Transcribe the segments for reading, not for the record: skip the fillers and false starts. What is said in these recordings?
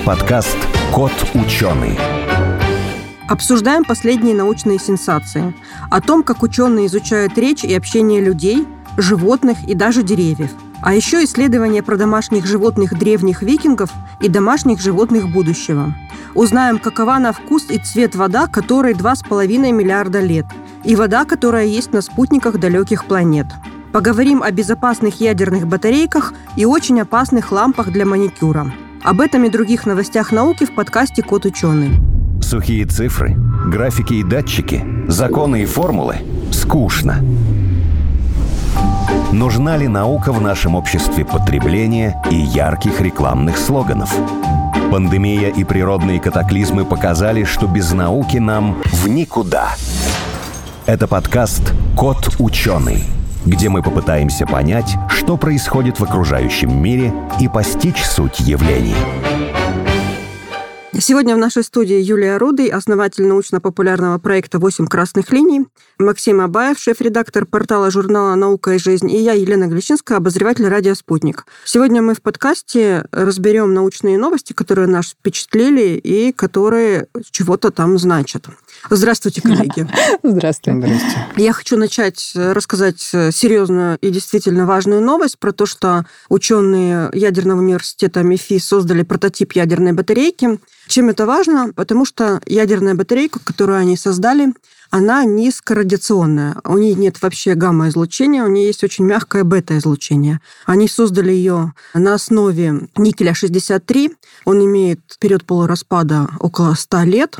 Подкаст «Кот ученый». Обсуждаем последние научные сенсации. О том, как ученые изучают речь и общение людей, животных и даже деревьев. А еще исследования про домашних животных древних викингов и домашних животных будущего. Узнаем, какова на вкус и цвет вода, которой 2,5 миллиарда лет. И вода, которая есть на спутниках далеких планет. Поговорим о безопасных ядерных батарейках и очень опасных лампах для маникюра. Об этом и других новостях науки в подкасте «Кот ученый». Сухие цифры, графики и датчики, законы и формулы – скучно. Нужна ли наука в нашем обществе потребления и ярких рекламных слоганов? Пандемия и природные катаклизмы показали, что без науки нам в никуда. Это подкаст «Кот ученый», где мы попытаемся понять, что происходит в окружающем мире и постичь суть явлений. Сегодня в нашей студии Юлия Рудый, основатель научно-популярного проекта «8 красных линий», Максим Абаев, шеф-редактор портала журнала «Наука и жизнь», и я, Елена Глещинская, обозреватель радио «Спутник». Сегодня мы в подкасте разберем научные новости, которые нас впечатлили и которые чего-то там значат. Здравствуйте, коллеги. Здравствуйте. Я хочу начать рассказать серьезную и действительно важную новость про то, что ученые ядерного университета МИФИ создали прототип ядерной батарейки. Чем это важно? Потому что ядерная батарейка, которую они создали, она низкорадиационная. У нее нет вообще гамма-излучения, у нее есть очень мягкое бета-излучение. Они создали ее на основе никеля-63. Он имеет период полураспада около 100 лет.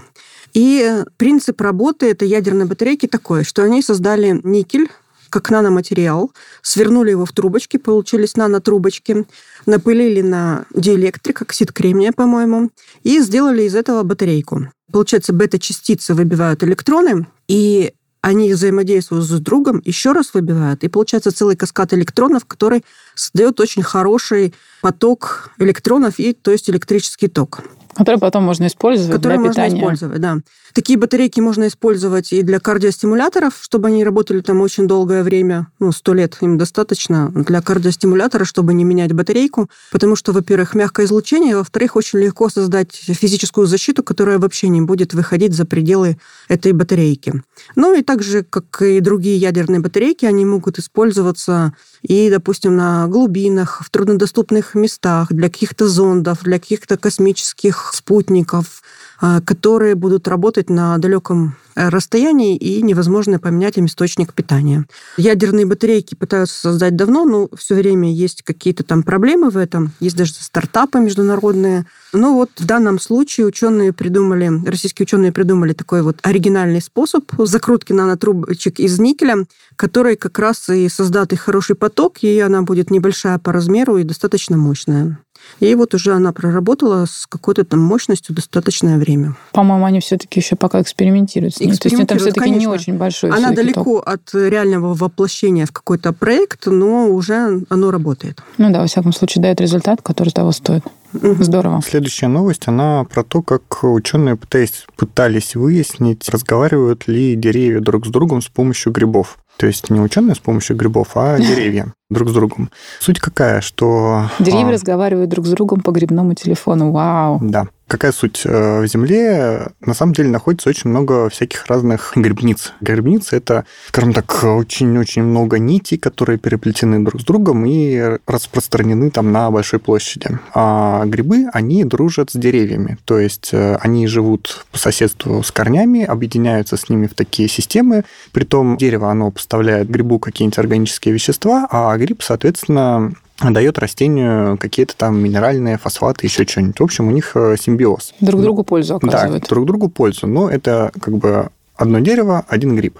И принцип работы этой ядерной батарейки такой, что они создали никель как наноматериал, свернули его в трубочки, получились нанотрубочки, напылили на диэлектрик, оксид кремния, по-моему, и сделали из этого батарейку. Получается, бета-частицы выбивают электроны, и они взаимодействуют с другом, еще раз выбивают, и получается целый каскад электронов, который создает очень хороший поток электронов, то есть электрический ток. Который потом можно использовать для питания. Можно использовать, да. Такие батарейки можно использовать и для кардиостимуляторов, чтобы они работали там очень долгое время. 100 лет им достаточно для кардиостимулятора, чтобы не менять батарейку. Потому что, во-первых, мягкое излучение, во-вторых, очень легко создать физическую защиту, которая вообще не будет выходить за пределы этой батарейки. Ну и так же, как и другие ядерные батарейки, они могут использоваться и, допустим, на глубинах, в труднодоступных местах, для каких-то зондов, для каких-то космических спутников, которые будут работать на далеком расстоянии и невозможно поменять им источник питания. Ядерные батарейки пытаются создать давно, но все время есть какие-то там проблемы в этом. Есть даже стартапы международные. Но вот в данном случае российские ученые придумали такой вот оригинальный способ закрутки нанотрубочек из никеля, который как раз и создаст их хороший поток, и она будет небольшая по размеру и достаточно мощная. И вот уже она проработала с какой-то там мощностью достаточное время. По-моему, они все-таки еще пока экспериментируют с ней. То есть это все-таки не очень большой. Она далеко от реального воплощения в какой-то проект, но уже оно работает. Ну да, во всяком случае, дает результат, который того стоит. Здорово. Следующая новость, она про то, как ученые пытались выяснить, разговаривают ли деревья друг с другом с помощью грибов. То есть не ученые с помощью грибов, а деревья друг с другом. Суть какая, что... Деревья разговаривают друг с другом по грибному телефону. Вау! Да. Какая суть? В Земле, на самом деле, находится очень много всяких разных грибниц. Грибницы – это, скажем так, очень-очень много нитей, которые переплетены друг с другом и распространены там на большой площади. А грибы, они дружат с деревьями. То есть они живут по соседству с корнями, объединяются с ними в такие системы. Притом дерево, оно поставляет грибу какие-нибудь органические вещества, а гриб, соответственно, дает растению какие-то там минеральные фосфаты, еще что-нибудь. В общем, у них симбиоз. Друг другу пользу оказывают. Да, друг другу пользу. Но это как бы одно дерево, один гриб.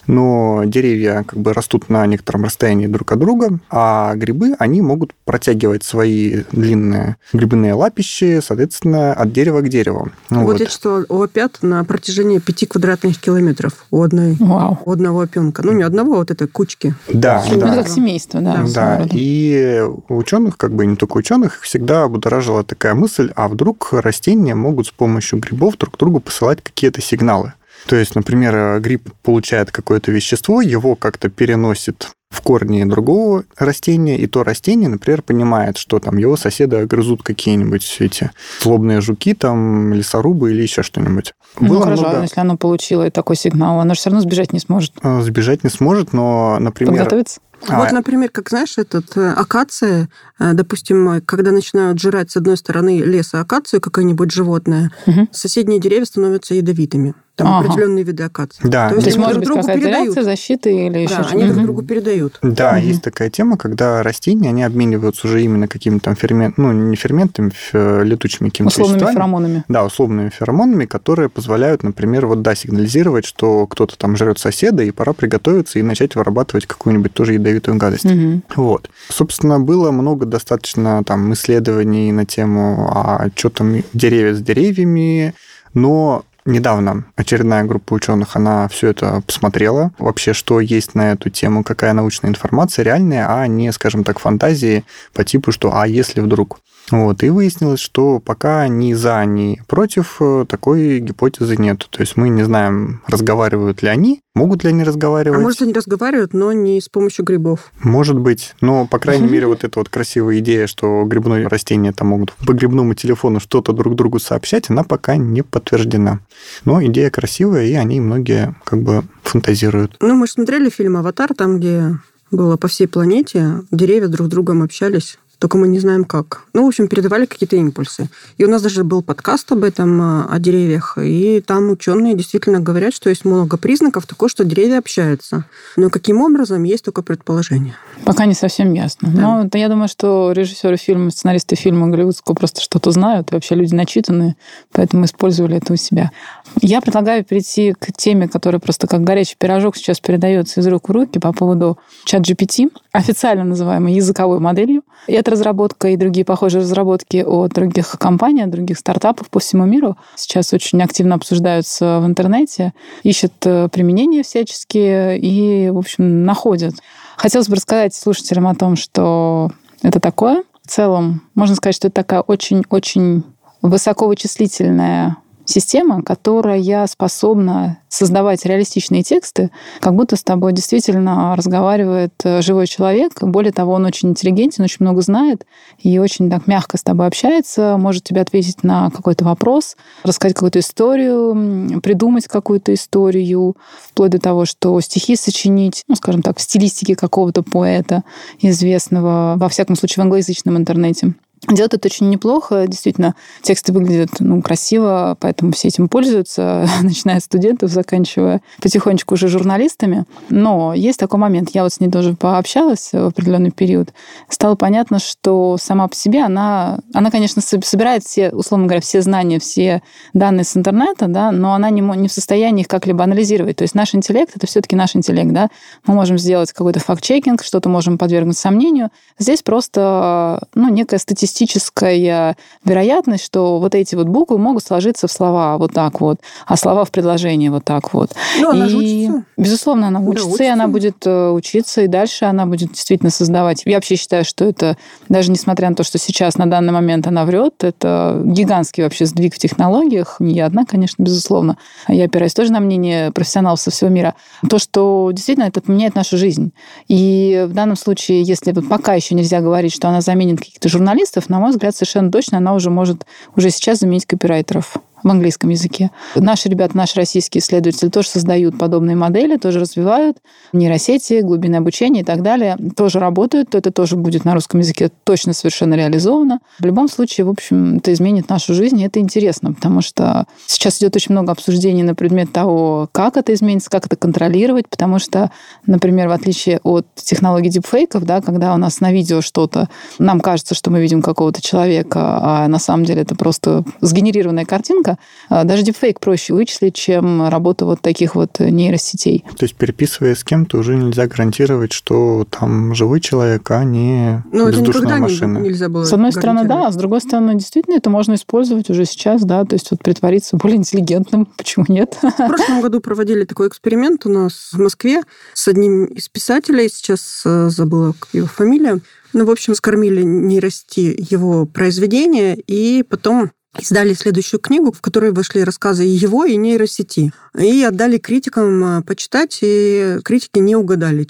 Но деревья как бы растут на некотором расстоянии друг от друга, а грибы, они могут протягивать свои длинные грибные лапищи, соответственно, от дерева к дереву. Вот я читала опят на протяжении 5 квадратных километров у одного опенка. Ну, не одного, а вот этой кучки. Да. Как семейство, да. Да, и у ученых, как бы не только ученых, всегда будоражила такая мысль, а вдруг растения могут с помощью грибов друг другу посылать какие-то сигналы. То есть, например, гриб получает какое-то вещество, его как-то переносит в корне другого растения, и то растение, например, понимает, что там его соседа грызут какие-нибудь эти злобные жуки, там, лесорубы или еще что-нибудь. Ну, хорошо, если оно получило такой сигнал, оно же все равно сбежать не сможет. Сбежать не сможет, но, например... Подготовиться? Вот, например, как, знаешь, акация, допустим, когда начинают жрать с одной стороны леса акацию, какое-нибудь животное, соседние деревья становятся ядовитыми. Там определенные виды акаций. Да. То есть может быть какая-то реакция защиты или еще что-то? Они друг другу передают. Да, есть такая тема, когда растения, они обмениваются уже именно какими-то там ферментами, ну, не ферментами, летучими какими-то условными веществами. феромонами. Да, условными феромонами, которые позволяют, например, сигнализировать, что кто-то там жрет соседа, и пора приготовиться и начать вырабатывать какую-нибудь тоже ядовитую гадость. Вот. Собственно, было много достаточно там исследований на тему, что там деревья с деревьями, но недавно очередная группа ученых, она все это посмотрела, вообще, что есть на эту тему, какая научная информация реальная, а не, скажем так, фантазии по типу, что «а если вдруг?». Вот, и выяснилось, что пока ни за, ни против такой гипотезы нет. То есть мы не знаем, разговаривают ли они, могут ли они разговаривать. А может, они разговаривают, но не с помощью грибов. Может быть. Но, по крайней мере, вот эта вот красивая идея, что грибные растения там могут по грибному телефону что-то друг другу сообщать, она пока не подтверждена. Но идея красивая, и они многие как бы фантазируют. Ну, мы же смотрели фильм «Аватар», там, где было по всей планете, деревья друг с другом общались. Только мы не знаем, как. Ну, в общем, передавали какие-то импульсы. И у нас даже был подкаст об этом, о деревьях, и там ученые действительно говорят, что есть много признаков такого, что деревья общаются. Но каким образом, есть только предположение. Пока не совсем ясно. Да. Но я думаю, что режиссеры фильма, сценаристы фильма голливудского просто что-то знают, и вообще люди начитанные, поэтому использовали это у себя. Я предлагаю перейти к теме, которая просто как горячий пирожок сейчас передается из рук в руки по поводу ChatGPT, официально называемой языковой моделью. И эта разработка и другие похожие разработки от других компаний, от других стартапов по всему миру сейчас очень активно обсуждаются в интернете, ищут применения всяческие и, в общем, находят. Хотелось бы рассказать слушателям о том, что это такое. В целом, можно сказать, что это такая очень-очень высоковычислительная система, которая способна создавать реалистичные тексты, как будто с тобой действительно разговаривает живой человек. Более того, он очень интеллигентен, очень много знает и очень так мягко с тобой общается, может тебе ответить на какой-то вопрос, рассказать какую-то историю, придумать какую-то историю, вплоть до того, что стихи сочинить, ну, скажем так, в стилистике какого-то поэта известного, во всяком случае, в англоязычном интернете. Делают это очень неплохо. Действительно, тексты выглядят красиво, поэтому все этим пользуются, начиная от студентов, заканчивая потихонечку уже журналистами. Но есть такой момент. Я вот с ней тоже пообщалась в определенный период. Стало понятно, что сама по себе она конечно, собирает все, условно говоря, все знания, все данные с интернета, да, но она не в состоянии их как-либо анализировать. То есть наш интеллект — это все-таки наш интеллект. Да? Мы можем сделать какой-то факт-чекинг, что-то можем подвергнуть сомнению. Здесь просто некая статистическая вероятность, что вот эти вот буквы могут сложиться в слова вот так вот, а слова в предложении вот так вот. Ну, она же учится. Безусловно, она учится, и она будет учиться, и дальше она будет действительно создавать. Я вообще считаю, что это, даже несмотря на то, что сейчас на данный момент она врет, это гигантский вообще сдвиг в технологиях. Не я одна, конечно, безусловно. Я опираюсь тоже на мнение профессионалов со всего мира. То, что действительно это меняет нашу жизнь. И в данном случае, если пока еще нельзя говорить, что она заменит каких-то журналистов, на мой взгляд, совершенно точно она уже может сейчас заменить копирайтеров в английском языке. Наши ребята, наши российские исследователи тоже создают подобные модели, тоже развивают нейросети, глубинное обучение и так далее. Тоже работают, это тоже будет на русском языке точно совершенно реализовано. В любом случае, в общем, это изменит нашу жизнь, и это интересно, потому что сейчас идет очень много обсуждений на предмет того, как это изменится, как это контролировать, потому что, например, в отличие от технологий дипфейков, да, когда у нас на видео что-то, нам кажется, что мы видим какого-то человека, а на самом деле это просто сгенерированная картинка, даже дипфейк проще вычислить, чем работа вот таких вот нейросетей. То есть, переписывая с кем-то, уже нельзя гарантировать, что там живой человек, а не бездушная машина. Нельзя было с одной стороны, да, а с другой стороны, действительно, это можно использовать уже сейчас, да, то есть вот притвориться более интеллигентным, почему нет? В прошлом году проводили такой эксперимент у нас в Москве с одним из писателей, сейчас забыла его фамилия. В общем, скормили нейросети его произведения, и потом издали следующую книгу, в которой вошли рассказы и его, и нейросети. И отдали критикам почитать, и критики не угадали,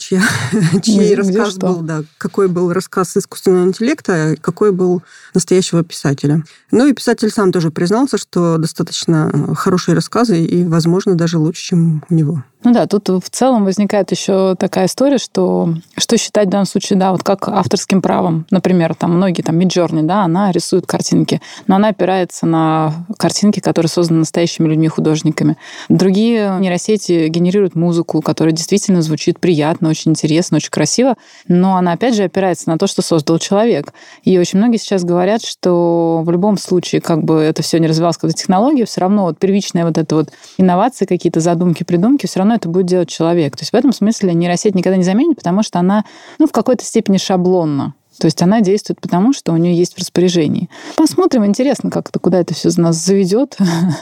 чей рассказ был, да, какой был рассказ искусственного интеллекта, а какой был настоящего писателя. Ну и писатель сам тоже признался, что достаточно хорошие рассказы, и, возможно, даже лучше, чем у него. Ну да, тут в целом возникает еще такая история, что считать в данном случае, да, вот как авторским правом. Например, там многие, там, Midjourney, да, она рисует картинки, но она опирается на картинки, которые созданы настоящими людьми-художниками. Другие нейросети генерируют музыку, которая действительно звучит приятно, очень интересно, очень красиво, но она, опять же, опирается на то, что создал человек. И очень многие сейчас говорят, что в любом случае, как бы это все не развивалось как технология, все равно вот первичные вот это вот инновации, какие-то задумки, придумки, все равно это будет делать человек. То есть в этом смысле нейросеть никогда не заменит, потому что она, в какой-то степени шаблонна. То есть она действует потому, что у нее есть в распоряжении. Посмотрим, интересно, куда это все нас заведет,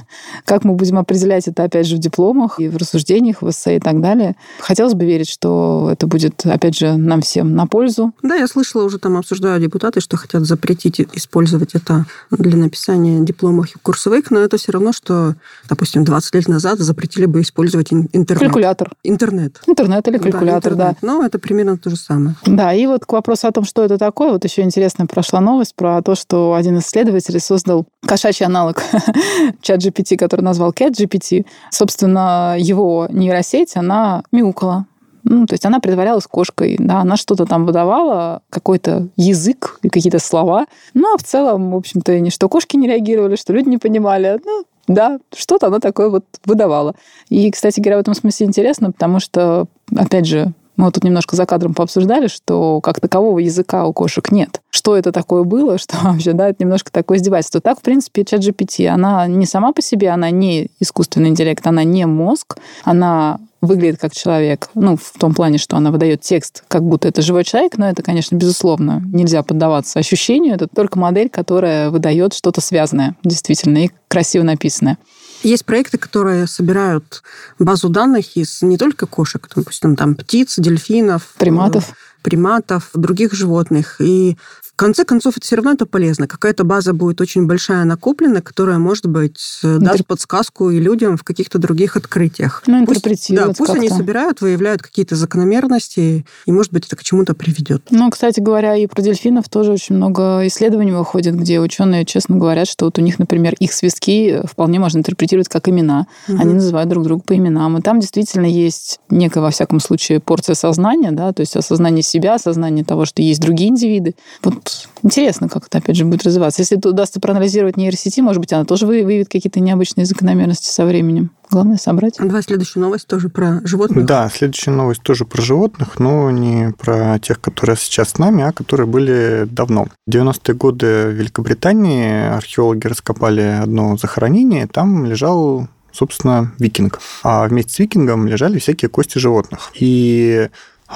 как мы будем определять это, опять же, в дипломах и в рассуждениях, в эссе и так далее. Хотелось бы верить, что это будет, опять же, нам всем на пользу. Да, я слышала, уже там обсуждают депутаты, что хотят запретить использовать это для написания дипломов и курсовых, но это все равно, что, допустим, 20 лет назад запретили бы использовать интернет. Калькулятор. Интернет Или калькулятор, да. Ну, это примерно то же самое. Да, и вот к вопросу о том, что это такое, вот еще интересная прошла новость про то, что один из исследователей создал кошачий аналог ChatGPT, который назвал CatGPT. Собственно, его нейросеть, она мяукала. То есть она притворялась кошкой, да, она что-то там выдавала, какой-то язык и какие-то слова. А в целом, в общем-то, ни что кошки не реагировали, что люди не понимали. Да, что-то она такое вот выдавала. И, кстати говоря, в этом смысле интересно, потому что, опять же, мы вот тут немножко за кадром пообсуждали, что как такового языка у кошек нет. Что это такое было, что вообще, да, это немножко такое издевательство. Так, в принципе, ChatGPT, она не сама по себе, она не искусственный интеллект, она не мозг, она выглядит как человек, в том плане, что она выдает текст, как будто это живой человек, но это, конечно, безусловно, нельзя поддаваться ощущению, это только модель, которая выдает что-то связанное, действительно, и красиво написанное. Есть проекты, которые собирают базу данных из не только кошек, допустим, там птиц, дельфинов, приматов, других животных. И в конце концов, это все равно это полезно. Какая-то база будет очень большая накоплена, которая, может быть, даст подсказку и людям в каких-то других открытиях. Интерпретировать пусть они собирают, выявляют какие-то закономерности, и, может быть, это к чему-то приведет. Кстати говоря, и про дельфинов тоже очень много исследований выходит, где ученые честно говорят, что вот у них, например, их свистки вполне можно интерпретировать как имена. Угу. Они называют друг друга по именам. И там действительно есть некая, во всяком случае, порция сознания, да, то есть осознание себя, осознание того, что есть другие индивиды. Вот интересно, как это, опять же, будет развиваться. Если это удастся проанализировать нейросети, может быть, она тоже выявит какие-то необычные закономерности со временем. Главное собрать. Давай следующую новость тоже про животных. Да, следующая новость тоже про животных, но не про тех, которые сейчас с нами, а которые были давно. В 90-е годы в Великобритании археологи раскопали одно захоронение, там лежал, собственно, викинг. А вместе с викингом лежали всякие кости животных. И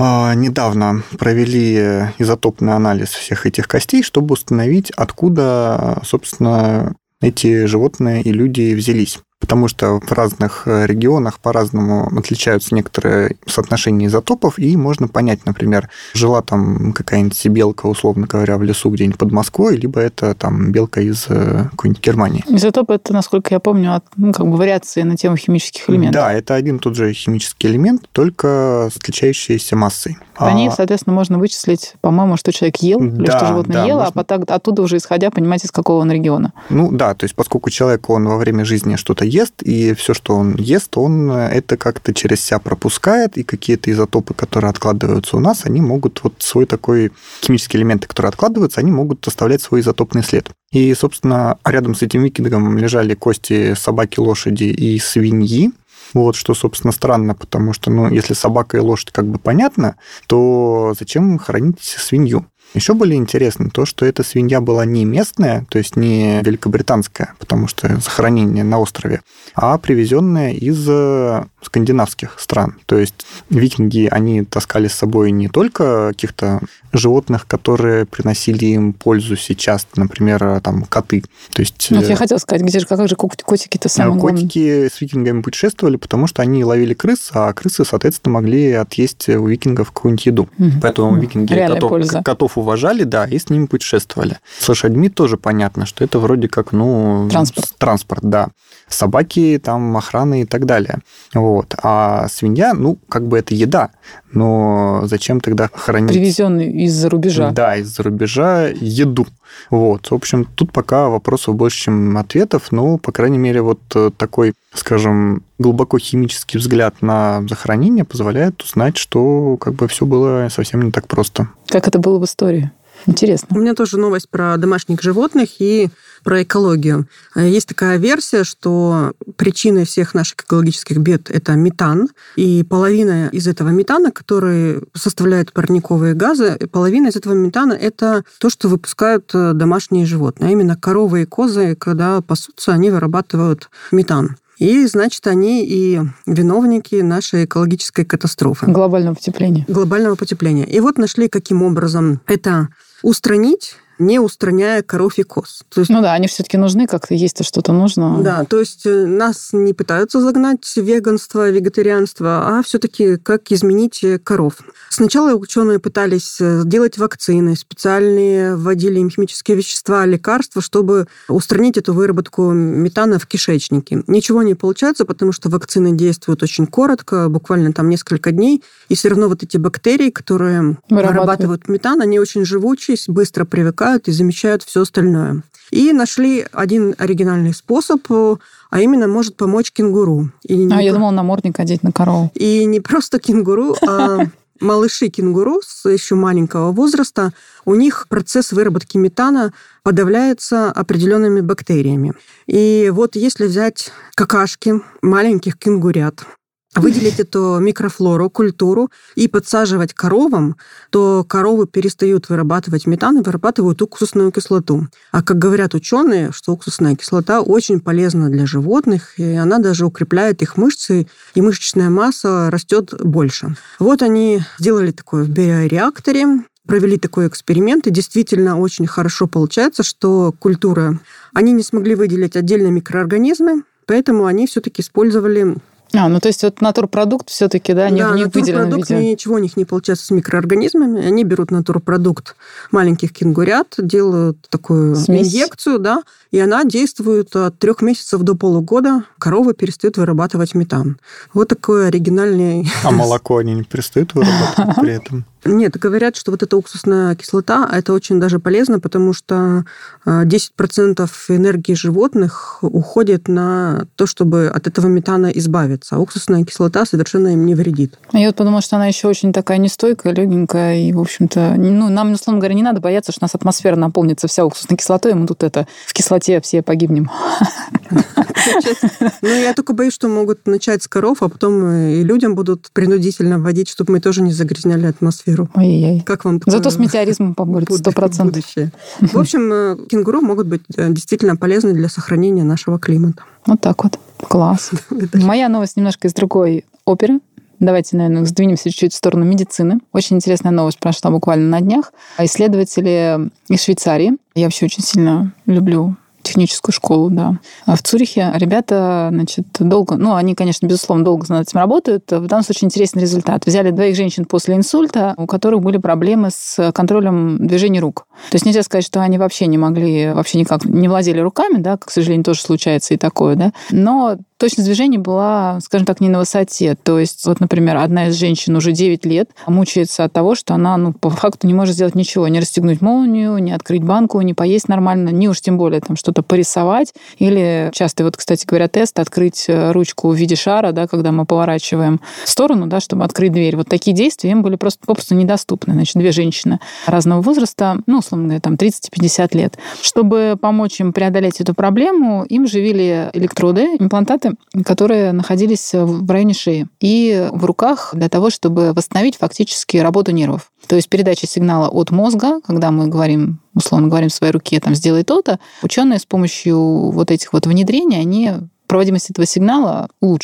недавно провели изотопный анализ всех этих костей, чтобы установить, откуда, собственно, эти животные и люди взялись. Потому что в разных регионах по-разному отличаются некоторые соотношения изотопов, и можно понять, например, жила там какая-нибудь сибелка, условно говоря, в лесу где-нибудь под Москвой, либо это там белка из какой-нибудь Германии. Изотоп – это, насколько я помню, вариации на тему химических элементов. Да, это один и тот же химический элемент, только с отличающейся массой. По ней, соответственно, можно вычислить, по-моему, что человек ел, или что животное ело, можно... а оттуда уже исходя понимать, из какого он региона. Да, то есть поскольку человек, он во время жизни что-то ест, и все, что он ест, он это как-то через себя пропускает, и какие-то изотопы, которые откладываются у нас, они могут свой такой химические элементы, которые откладываются, они могут оставлять свой изотопный след. И, собственно, рядом с этим викингом лежали кости собаки, лошади и свиньи. Что, собственно, странно, потому что, если собака и лошадь понятно, то зачем хоронить свинью? Еще более интересно то, что эта свинья была не местная, то есть не великобританская, потому что захоронение на острове, а привезенная из скандинавских стран. То есть викинги, они таскали с собой не только каких-то животных, которые приносили им пользу сейчас, например, там, коты. То есть, я хотела сказать, где же, как же котики-то самое главное? Котики с викингами путешествовали, потому что они ловили крыс, а крысы, соответственно, могли отъесть у викингов какую-нибудь еду. Поэтому викинги котов уважали, да, и с ними путешествовали. С лошадьми тоже понятно, что это вроде как, транспорт, да. Собаки, там, охрана и так далее. Вот. А свинья, это еда. Но зачем тогда хранить... Привезенный из-за рубежа. Да, из-за рубежа еду. Вот. В общем, тут пока вопросов больше, чем ответов, но, по крайней мере, вот такой, скажем, глубоко химический взгляд на захоронение позволяет узнать, что все было совсем не так просто. Как это было в истории? Интересно. У меня тоже новость про домашних животных и про экологию. Есть такая версия, что причиной всех наших экологических бед это метан, и половина из этого метана, который составляет парниковые газы, половина из этого метана это то, что выпускают домашние животные. А именно коровы и козы, когда пасутся, они вырабатывают метан. И, значит, они и виновники нашей экологической катастрофы. Глобального потепления. И вот нашли, каким образом это устранить, не устраняя коров и коз. То есть, они все-таки нужны, как-то есть-то что-то нужно. Да, то есть нас не пытаются загнать в веганство, вегетарианство, а все-таки как изменить коров. Сначала ученые пытались сделать вакцины, специальные вводили им химические вещества, лекарства, чтобы устранить эту выработку метана в кишечнике. Ничего не получается, потому что вакцины действуют очень коротко, буквально там несколько дней, и все равно вот эти бактерии, которые вырабатывают метан, они очень живучие, быстро привыкают и замещают все остальное. И нашли один оригинальный способ, а именно может помочь кенгуру. Я думала, намордник одеть на корову. И не просто кенгуру, а малыши кенгуру с еще маленького возраста, у них процесс выработки метана подавляется определенными бактериями. И вот если взять какашки маленьких кенгурят, выделить эту микрофлору, культуру и подсаживать коровам, то коровы перестают вырабатывать метан и вырабатывают уксусную кислоту. А как говорят ученые, что уксусная кислота очень полезна для животных, и она даже укрепляет их мышцы, и мышечная масса растет больше. Вот они сделали такое в биореакторе, провели такой эксперимент, и действительно очень хорошо получается, что культура... Они не смогли выделить отдельные микроорганизмы, поэтому они все-таки использовали... то есть вот натурпродукт все-таки, да, не в них выделено. Натурпродукт, ничего у них не получается с микроорганизмами. Они берут натурпродукт маленьких кенгурят, делают такую инъекцию, да, и она действует от 3 месяцев до полугода. Коровы перестают вырабатывать метан. Вот такой оригинальный... А молоко они не перестают вырабатывать при этом? Нет, говорят, что вот эта уксусная кислота, это очень даже полезно, потому что 10% энергии животных уходит на то, чтобы от этого метана избавиться. А уксусная кислота совершенно им не вредит. Я вот подумала, что она еще очень такая нестойкая, легенькая, и, в общему-то, нам, условно говоря, не надо бояться, что у нас атмосфера наполнится вся уксусной кислотой, и мы тут в кислоте все погибнем. Я только боюсь, что могут начать с коров, а потом и людям будут принудительно вводить, чтобы мы тоже не загрязняли атмосферу. Ой-ой-ой. Как вам такое? Зато с метеоризмом поборется 100%. В общем, кенгуру могут быть действительно полезны для сохранения нашего климата. Вот так вот. Класс. Моя новость немножко из другой оперы. Давайте, наверное, сдвинемся чуть-чуть в сторону медицины. Очень интересная новость прошла буквально на днях. Исследователи из Швейцарии, я вообще очень сильно люблю техническую школу, да. В Цюрихе ребята, долго, они, конечно, безусловно, долго над этим работают. В данном случае интересный результат. Взяли 2 женщин после инсульта, у которых были проблемы с контролем движений рук. То есть нельзя сказать, что они вообще не могли, вообще никак не владели руками, да, к сожалению, тоже случается и такое, да. Но точность движений была, скажем так, не на высоте. То есть, вот, например, одна из женщин уже 9 лет мучается от того, что она, по факту не может сделать ничего. Не расстегнуть молнию, не открыть банку, не поесть нормально, не уж тем более там что-то порисовать. Или часто, кстати говоря, тест открыть ручку в виде шара, да, когда мы поворачиваем в сторону, да, чтобы открыть дверь. Вот такие действия им были попросту недоступны. Значит, 2 женщины разного возраста, условно говоря, там 30-50 лет. Чтобы помочь им преодолеть эту проблему, им вживили электроды, имплантаты, которые находились в районе шеи и в руках для того, чтобы восстановить фактически работу нервов. То есть передача сигнала от мозга, когда мы говорим, условно говорим в своей руке, сделай то-то, ученые с помощью вот этих внедрений, они проводимость этого сигнала улучшили.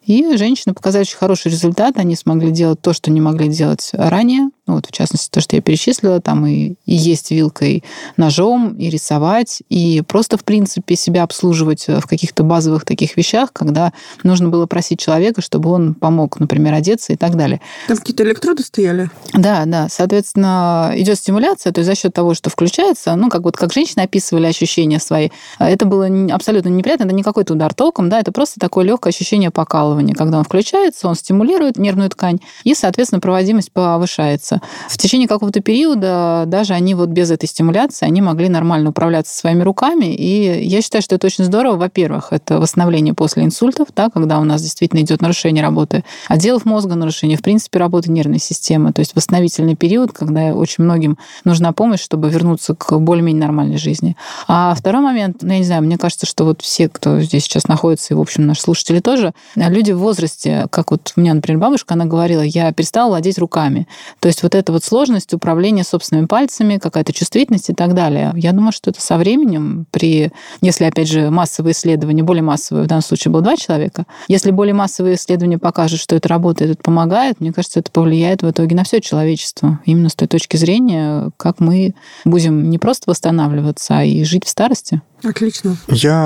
И женщины показали очень хороший результат. Они смогли делать то, что не могли делать ранее. Вот, в частности, то, что я перечислила, там и есть вилкой, ножом, и рисовать, и просто, в принципе, себя обслуживать в каких-то базовых таких вещах, когда нужно было просить человека, чтобы он помог, например, одеться и так далее. Там какие-то электроды стояли? Да. Соответственно, идет стимуляция, то есть за счет того, что включается, как женщины описывали ощущения свои, это было абсолютно неприятно, это не какой-то удар током, да, это просто такое легкое ощущение покалывания. Когда он включается, он стимулирует нервную ткань, и, соответственно, проводимость повышается. В течение какого-то периода даже они вот без этой стимуляции, они могли нормально управляться своими руками, и я считаю, что это очень здорово. Во-первых, это восстановление после инсультов, да, когда у нас действительно идет нарушение работы отделов мозга, нарушение, в принципе, работы нервной системы, то есть восстановительный период, когда очень многим нужна помощь, чтобы вернуться к более-менее нормальной жизни. А второй момент, я не знаю, мне кажется, что вот все, кто здесь сейчас находится, и, в общем, наши слушатели тоже, люди в возрасте, как вот у меня, например, бабушка, она говорила, я перестала владеть руками. То есть вот эта вот сложность управления собственными пальцами, какая-то чувствительность и так далее. Я думаю, что это со временем, если, опять же, массовые исследования, более массовые, в данном случае было 2 человека, если более массовые исследования покажут, что это работает, это помогает, мне кажется, это повлияет в итоге на все человечество. Именно с той точки зрения, как мы будем не просто восстанавливаться, а и жить в старости. Отлично.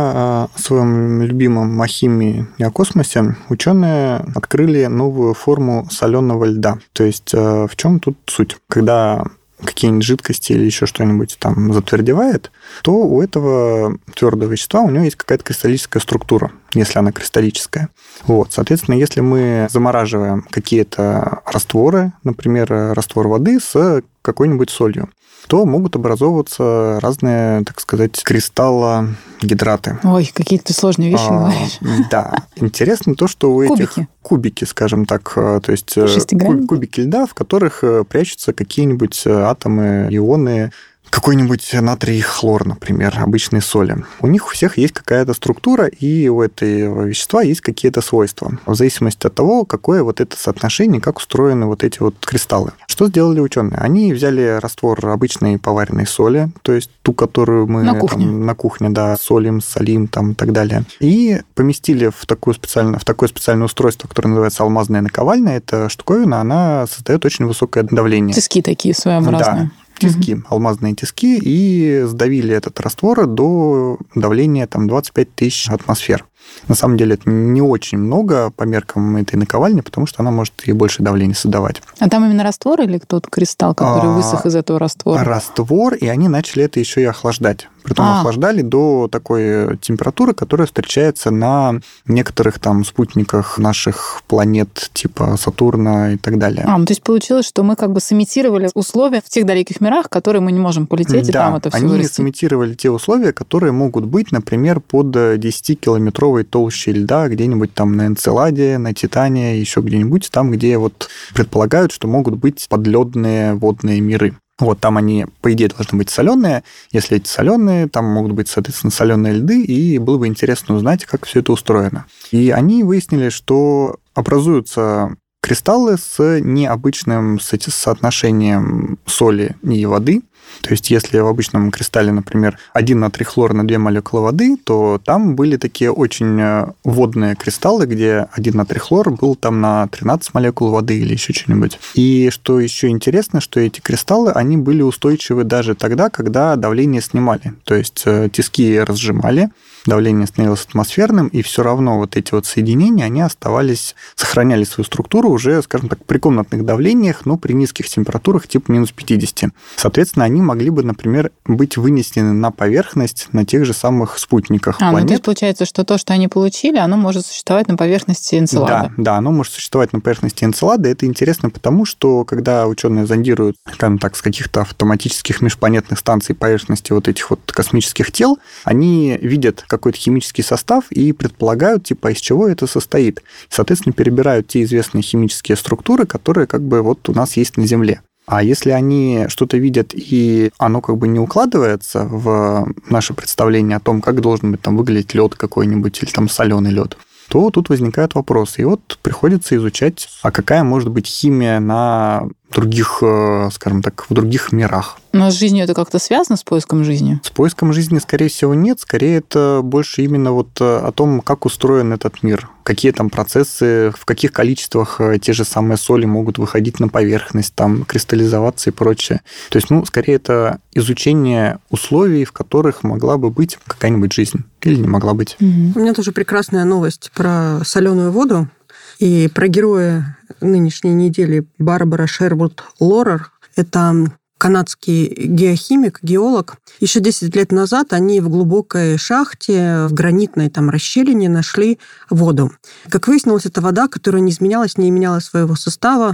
Я о своем любимом о химии и о космосе. Ученые открыли новую форму соленого льда. То есть в чем тут суть? Когда какие-нибудь жидкости или еще что-нибудь там затвердевает, то у этого твердого вещества у него есть какая-то кристаллическая структура, если она кристаллическая. Вот, соответственно, если мы замораживаем какие-то растворы, например, раствор воды с какой-нибудь солью, то могут образовываться разные, так сказать, кристаллогидраты. Ой, какие-то сложные вещи говоришь. Да. Интересно то, что у этих... Кубики, скажем так, то есть кубики льда, в которых прячутся какие-нибудь атомы, ионы, какой-нибудь натрий хлор, например, обычные соли. У них у всех есть какая-то структура, и у этого вещества есть какие-то свойства. В зависимости от того, какое вот это соотношение, как устроены вот эти вот кристаллы. Что сделали ученые? Они взяли раствор обычной поваренной соли, то есть ту, которую мы на кухне солим, солим там, и так далее, и поместили в такое специальное устройство, которое называется алмазная наковальня. Эта штуковина, она создает очень высокое давление. Тиски такие своеобразные. Да. Тиски, алмазные тиски, и сдавили этот раствор до давления 25 тысяч атмосфер. На самом деле это не очень много по меркам этой наковальни, потому что она может и больше давления создавать. А там именно раствор или тот кристалл, который высох из этого раствора? Раствор, и они начали это еще и охлаждать. Притом охлаждали до такой температуры, которая встречается на некоторых там спутниках наших планет, типа Сатурна и так далее. То есть получилось, что мы как бы сымитировали условия в тех далеких мирах, в которые мы не можем полететь, и там это все вырастет. Они сымитировали те условия, которые могут быть, например, под 10-километровой толщей льда где-нибудь там на Энцеладе, на Титане, еще где-нибудь там, где вот предполагают, что могут быть подледные водные миры. Вот там они, по идее, должны быть соленые. Если эти соленые, там могут быть, соответственно, соленые льды, и было бы интересно узнать, как все это устроено. И они выяснили, что образуются кристаллы с необычным соотношением соли и воды. То есть, если в обычном кристалле, например, 1 натрий хлор на 2 молекулы воды, то там были такие очень водные кристаллы, где 1 натрий хлор был там на 13 молекул воды или еще что-нибудь. И что еще интересно, что эти кристаллы, они были устойчивы даже тогда, когда давление снимали. То есть, тиски разжимали, давление становилось атмосферным, и все равно вот эти вот соединения, они сохраняли свою структуру уже, скажем так, при комнатных давлениях, но при низких температурах типа минус 50. Соответственно, они могли бы, например, быть вынесены на поверхность на тех же самых спутниках планет. То есть получается, что то, что они получили, оно может существовать на поверхности Энцелада. Да, оно может существовать на поверхности Энцелада. Это интересно потому, что когда ученые зондируют, скажем так, с каких-то автоматических межпланетных станций поверхности вот этих вот космических тел, они видят какой-то химический состав и предполагают, типа, из чего это состоит. Соответственно, перебирают те известные химические структуры, которые как бы вот у нас есть на Земле. А если они что-то видят, и оно как бы не укладывается в наше представление о том, как должен быть там выглядеть лед какой-нибудь или там соленый лед, то тут возникают вопросы. И вот приходится изучать, а какая может быть химия на других, скажем так, в других мирах. Но с жизнью это как-то связано, с поиском жизни? С поиском жизни, скорее всего, нет. Скорее, это больше именно вот о том, как устроен этот мир, какие там процессы, в каких количествах те же самые соли могут выходить на поверхность, там, кристаллизоваться и прочее. То есть, скорее, это изучение условий, в которых могла бы быть какая-нибудь жизнь или не могла быть. У меня тоже прекрасная новость про соленую воду и про героя нынешней недели Барбара Шервуд Лорер. Это канадский геохимик, геолог. Еще 10 лет назад они в глубокой шахте, в гранитной там расщелине нашли воду. Как выяснилось, это вода, которая не изменялась, не меняла своего состава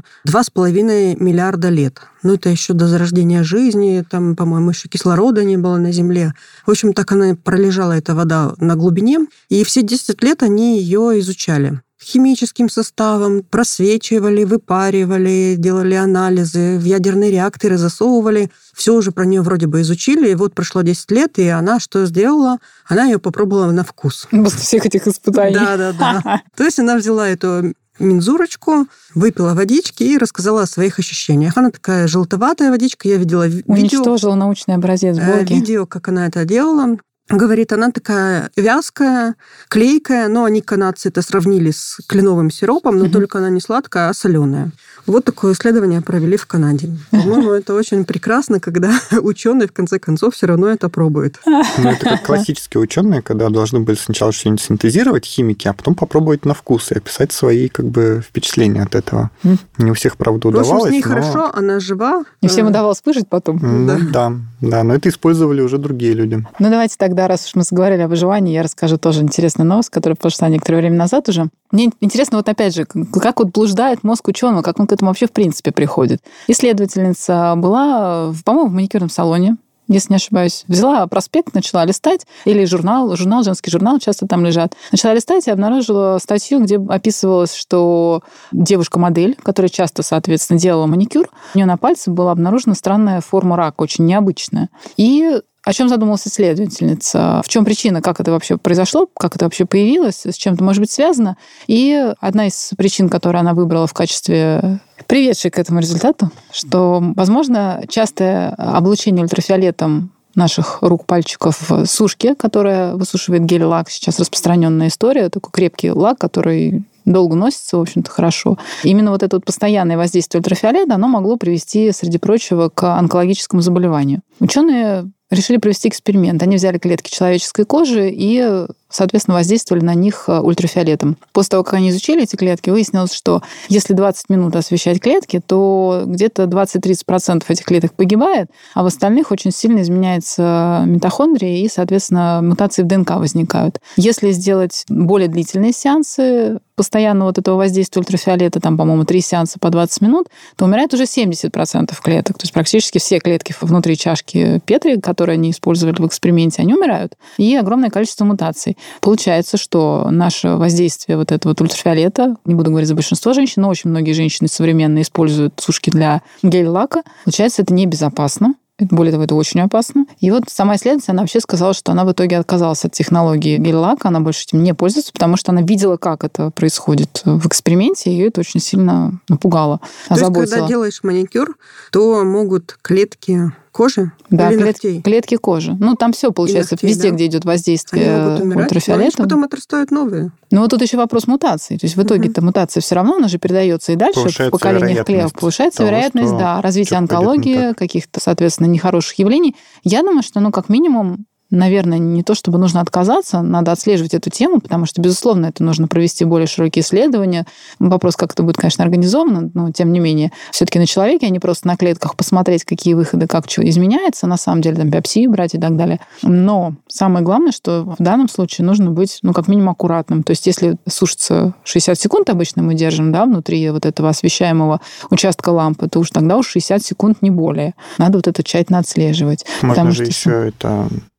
2,5 миллиарда лет. Это еще до зарождения жизни, там, по-моему, еще кислорода не было на Земле. В общем, так она пролежала, эта вода, на глубине. И все 10 лет они ее изучали. Химическим составом, просвечивали, выпаривали, делали анализы, в ядерные реакторы засовывали. Все уже про нее вроде бы изучили. И вот прошло 10 лет, и она что сделала? Она ее попробовала на вкус. После всех этих испытаний. Да. То есть она взяла эту мензурочку, выпила водички и рассказала о своих ощущениях. Она такая желтоватая водичка. Я видела видео. Уничтожила научный образец блоги. Видео, как она это делала. Говорит, она такая вязкая, клейкая, но они, канадцы, это сравнили с кленовым сиропом, но только она не сладкая, а соленая. Вот такое исследование провели в Канаде. По-моему, это очень прекрасно, когда ученые в конце концов все равно это пробуют. Это как классические ученые, когда должны были сначала что-нибудь синтезировать, химики, а потом попробовать на вкус и описать свои впечатления от этого. Не у всех, правда, удавалось. В общем, с ней хорошо, она жива. Не всем удавалось выжить потом. Да, но это использовали уже другие люди. Давайте тогда, раз уж мы заговорили о выживании, я расскажу тоже интересную новость, которая прошла некоторое время назад уже. Мне интересно, опять же, как блуждает мозг ученого, как он к этому вообще в принципе приходит. Исследовательница была, по-моему, в маникюрном салоне, если не ошибаюсь. Взяла проспект, начала листать, или журнал, женский журнал часто там лежат. Начала листать и обнаружила статью, где описывалось, что девушка-модель, которая часто, соответственно, делала маникюр, у нее на пальце была обнаружена странная форма рака, очень необычная. И о чем задумалась исследовательница? В чем причина? Как это вообще произошло? Как это вообще появилось? С чем это может быть связано? И одна из причин, которую она выбрала в качестве приведшей к этому результату, что, возможно, частое облучение ультрафиолетом наших рук, пальчиков в сушке, которая высушивает гель-лак, сейчас распространенная история, такой крепкий лак, который долго носится, в общем-то, хорошо. Именно это постоянное воздействие ультрафиолета, оно могло привести, среди прочего, к онкологическому заболеванию. Ученые решили провести эксперимент. Они взяли клетки человеческой кожи и, соответственно, воздействовали на них ультрафиолетом. После того, как они изучили эти клетки, выяснилось, что если 20 минут освещать клетки, то где-то 20-30% этих клеток погибает, а в остальных очень сильно изменяется митохондрия и, соответственно, мутации в ДНК возникают. Если сделать более длительные сеансы постоянно этого воздействия ультрафиолета, там, по-моему, 3 сеанса по 20 минут, то умирает уже 70% клеток. То есть практически все клетки внутри чашки Петри, которые они использовали в эксперименте, они умирают. И огромное количество мутаций. Получается, что наше воздействие этого ультрафиолета, не буду говорить за большинство женщин, но очень многие женщины современные используют сушки для гель-лака. Получается, это небезопасно. Более того, это очень опасно. И сама исследовательница, она вообще сказала, что она в итоге отказалась от технологии гель-лака, она больше этим не пользуется, потому что она видела, как это происходит в эксперименте, и ее это очень сильно напугало, озаботило. То есть, когда делаешь маникюр, то могут клетки кожи или ногтей? Клетки кожи. Там все получается, ногтей, везде, где идет воздействие ультрафиолета. Потом отрастают новые. Тут еще вопрос мутаций. То есть в итоге-то мутация все равно, она же передается и дальше в поколениях клеток. Повышается вероятность развития онкологии, каких-то, соответственно, нехороших явлений. Я думаю, что, как минимум, наверное, не то чтобы нужно отказаться, надо отслеживать эту тему, потому что, безусловно, это нужно провести более широкие исследования. Вопрос, как это будет, конечно, организовано, но, тем не менее, все-таки на человеке, а не просто на клетках посмотреть, какие выходы, как что изменяется, на самом деле, биопсию брать и так далее. Но самое главное, что в данном случае нужно быть, как минимум, аккуратным. То есть, если сушится 60 секунд обычно мы держим, внутри этого освещаемого участка лампы, то уж тогда 60 секунд, не более. Надо это тщательно отслеживать. Можно же еще это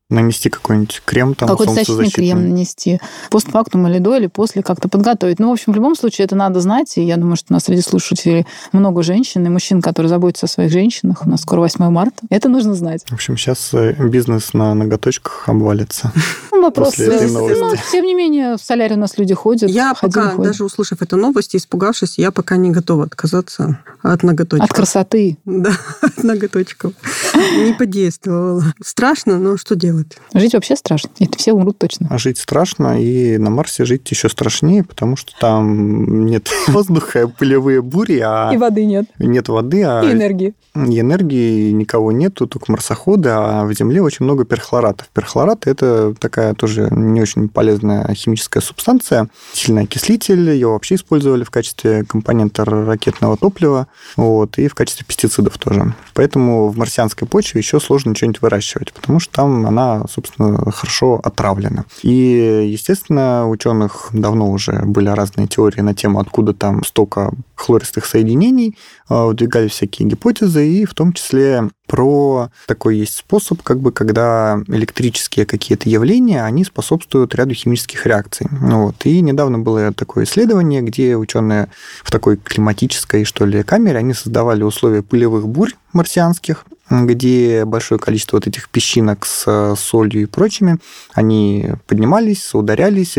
Нанести какой-нибудь крем, там, какой-то защитный крем нанести. Постфактум или до, или после как-то подготовить. Ну, в общем, в любом случае это надо знать. И я думаю, что у нас среди слушателей много женщин и мужчин, которые заботятся о своих женщинах. У нас скоро 8 марта. Это нужно знать. В общем, сейчас бизнес на ноготочках обвалится. Вопрос. Но, тем не менее, в солярий у нас люди ходят. Я пока, даже услышав эту новость и испугавшись, я пока не готова отказаться от ноготочков. От красоты. Да, от ноготочков. Не подействовало. Страшно, но что делать? Жить вообще страшно. Это все умрут точно. А жить страшно, и на Марсе жить еще страшнее, потому что там нет воздуха, пылевые бури, и воды нет. Нет воды, и энергии. И энергии никого нету, только марсоходы, а в Земле очень много перхлоратов. Перхлорат – это такая тоже не очень полезная химическая субстанция, сильный окислитель, ее вообще использовали в качестве компонента ракетного топлива, и в качестве пестицидов тоже. Поэтому в марсианской почве еще сложно что-нибудь выращивать, потому что там она, собственно, хорошо отравлена. И, естественно, у ученых давно уже были разные теории на тему, откуда там столько хлористых соединений, выдвигали всякие гипотезы, и в том числе про такой есть способ, когда электрические какие-то явления, они способствуют ряду химических реакций. И недавно было такое исследование, где ученые в такой климатической, что ли, камере, они создавали условия пылевых бурь марсианских, где большое количество вот этих песчинок с солью и прочими, они поднимались, ударялись,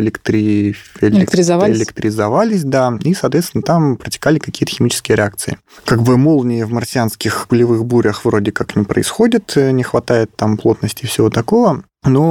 электризовались, да, и, соответственно, там протекали какие-то химические реакции. Молнии в марсианских пылевых бурях вроде как не происходит, не хватает там плотности и всего такого,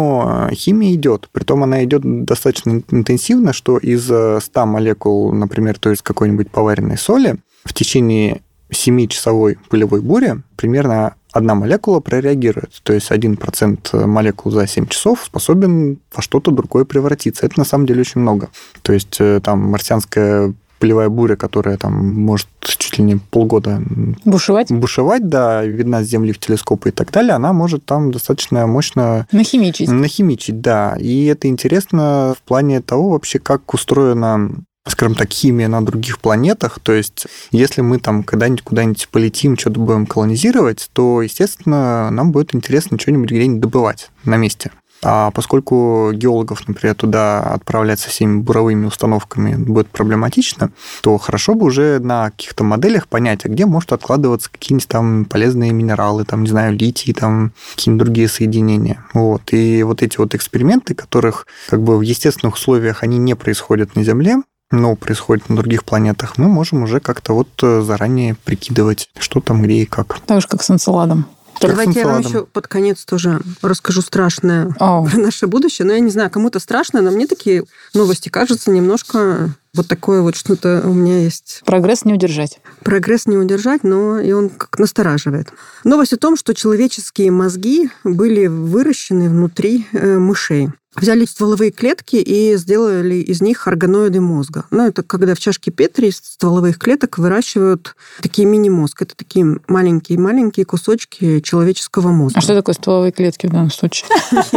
но химия идет, притом она идет достаточно интенсивно, что из 100 молекул, например, то есть какой-нибудь поваренной соли, в течение 7-часовой пылевой бури примерно 1 молекула прореагирует. То есть 1% молекул за 7 часов способен во что-то другое превратиться. Это на самом деле очень много. То есть там марсианская пылевая буря, которая там может чуть ли не полгода бушевать, да, видна с Земли в телескопы и так далее, она может там достаточно мощно нахимичить, да. И это интересно в плане того вообще, как устроена, скажем так, химия на других планетах. То есть, если мы там когда-нибудь куда-нибудь полетим, что-то будем колонизировать, то, естественно, нам будет интересно что-нибудь где-нибудь добывать на месте. А поскольку геологов, например, туда отправлять со всеми буровыми установками будет проблематично, то хорошо бы уже на каких-то моделях понять, а где может откладываться какие-нибудь там полезные минералы, там, не знаю, литий, там, какие-нибудь другие соединения. И вот эти вот эксперименты, которых в естественных условиях они не происходят на Земле, но происходит на других планетах, мы можем уже как-то заранее прикидывать, что там, где и как. Так же, как с Энцеладом. Давайте я вам еще под конец тоже расскажу страшное про наше будущее. Но я не знаю, кому-то страшно, но мне такие новости кажутся немножко такое что-то у меня есть. Прогресс не удержать. Прогресс не удержать, но и он как настораживает. Новость о том, что человеческие мозги были выращены внутри мышей. Взяли стволовые клетки и сделали из них органоиды мозга. Это когда в чашке Петри из стволовых клеток выращивают такие мини-мозг. Это такие маленькие-маленькие кусочки человеческого мозга. А что такое стволовые клетки в данном случае?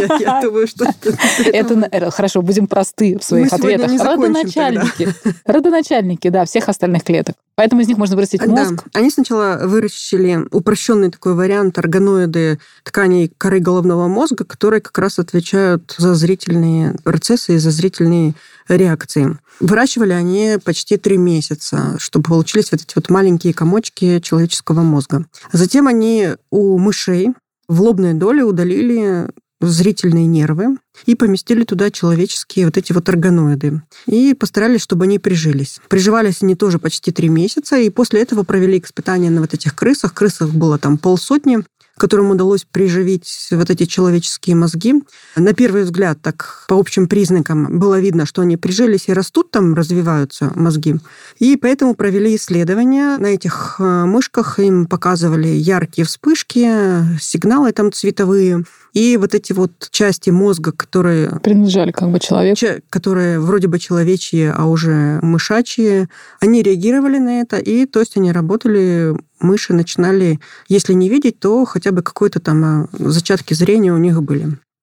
Я думаю, что это... Хорошо, будем просты в своих ответах. Родоначальники, да, всех остальных клеток. Поэтому из них можно вырастить мозг. Да. Они сначала выращили упрощенный такой вариант органоиды тканей коры головного мозга, которые как раз отвечают за зрительные процессы и за зрительные реакции. Выращивали они почти 3 месяца, чтобы получились вот эти маленькие комочки человеческого мозга. Затем они у мышей в лобной доле удалили зрительные нервы и поместили туда человеческие эти органоиды. И постарались, чтобы они прижились. Приживались они тоже почти 3 месяца, и после этого провели испытания на этих крысах. Крысах было там 50, которым удалось приживить эти человеческие мозги. На первый взгляд, так по общим признакам, было видно, что они прижились и растут, там развиваются мозги. И поэтому провели исследования на этих мышках, им показывали яркие вспышки, сигналы там цветовые. И эти части мозга, которые... принадлежали человеку. Которые вроде бы человечьи, а уже мышачьи, они реагировали на это, и то есть они работали, мыши начинали, если не видеть, то хотя бы какой-то там зачатки зрения у них были.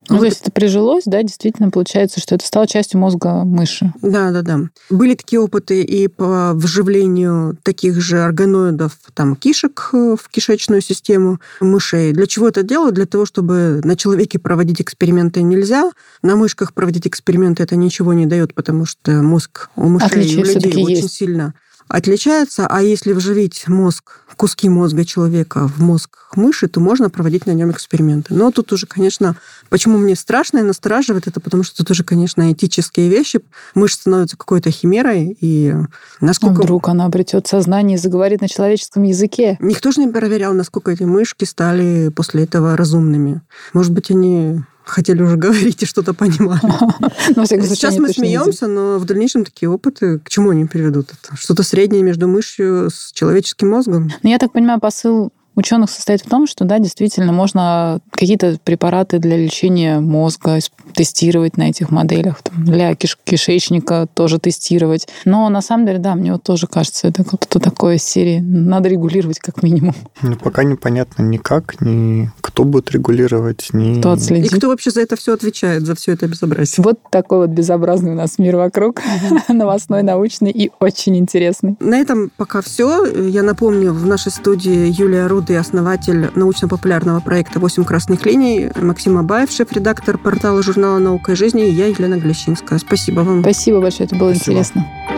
То есть это прижилось, да, действительно получается, что это стало частью мозга мыши. Да. Были такие опыты и по вживлению таких же органоидов, кишек в кишечную систему мышей. Для чего это делают? Для того, чтобы на человеке проводить эксперименты нельзя, на мышках проводить эксперименты это ничего не дает, потому что мозг у мышей и у людей очень сильно отличается, а если вживить куски мозга человека в мозг мыши, то можно проводить на нем эксперименты. Но тут уже, конечно, почему мне страшно и настораживает, это потому что тут уже, конечно, этические вещи. Мышь становится какой-то химерой, и насколько... Вдруг она обретет сознание и заговорит на человеческом языке. Никто же не проверял, насколько эти мышки стали после этого разумными. Может быть, они хотели уже говорить и что-то понимали. Сейчас мы смеемся, но в дальнейшем такие опыты, к чему они приведут? Это что-то среднее между мышью с человеческим мозгом. Я так понимаю, посыл ученых состоит в том, что, да, действительно, можно какие-то препараты для лечения мозга тестировать на этих моделях, для кишечника тоже тестировать. Но на самом деле, да, мне вот тоже кажется, это что-то такое из серии. Надо регулировать как минимум. Пока непонятно никак, ни кто будет регулировать, ни... Кто отследит. И кто вообще за это все отвечает, за все это безобразие. Вот такой вот безобразный у нас мир вокруг. Новостной, научный и очень интересный. На этом пока все. Я напомню, в нашей студии Юлия Руда, основатель научно-популярного проекта «8 красных линий», Максим Абаев, шеф-редактор портала журнала «Наука и жизнь», и я, Елена Глещинская. Спасибо вам. Спасибо большое, это было интересно.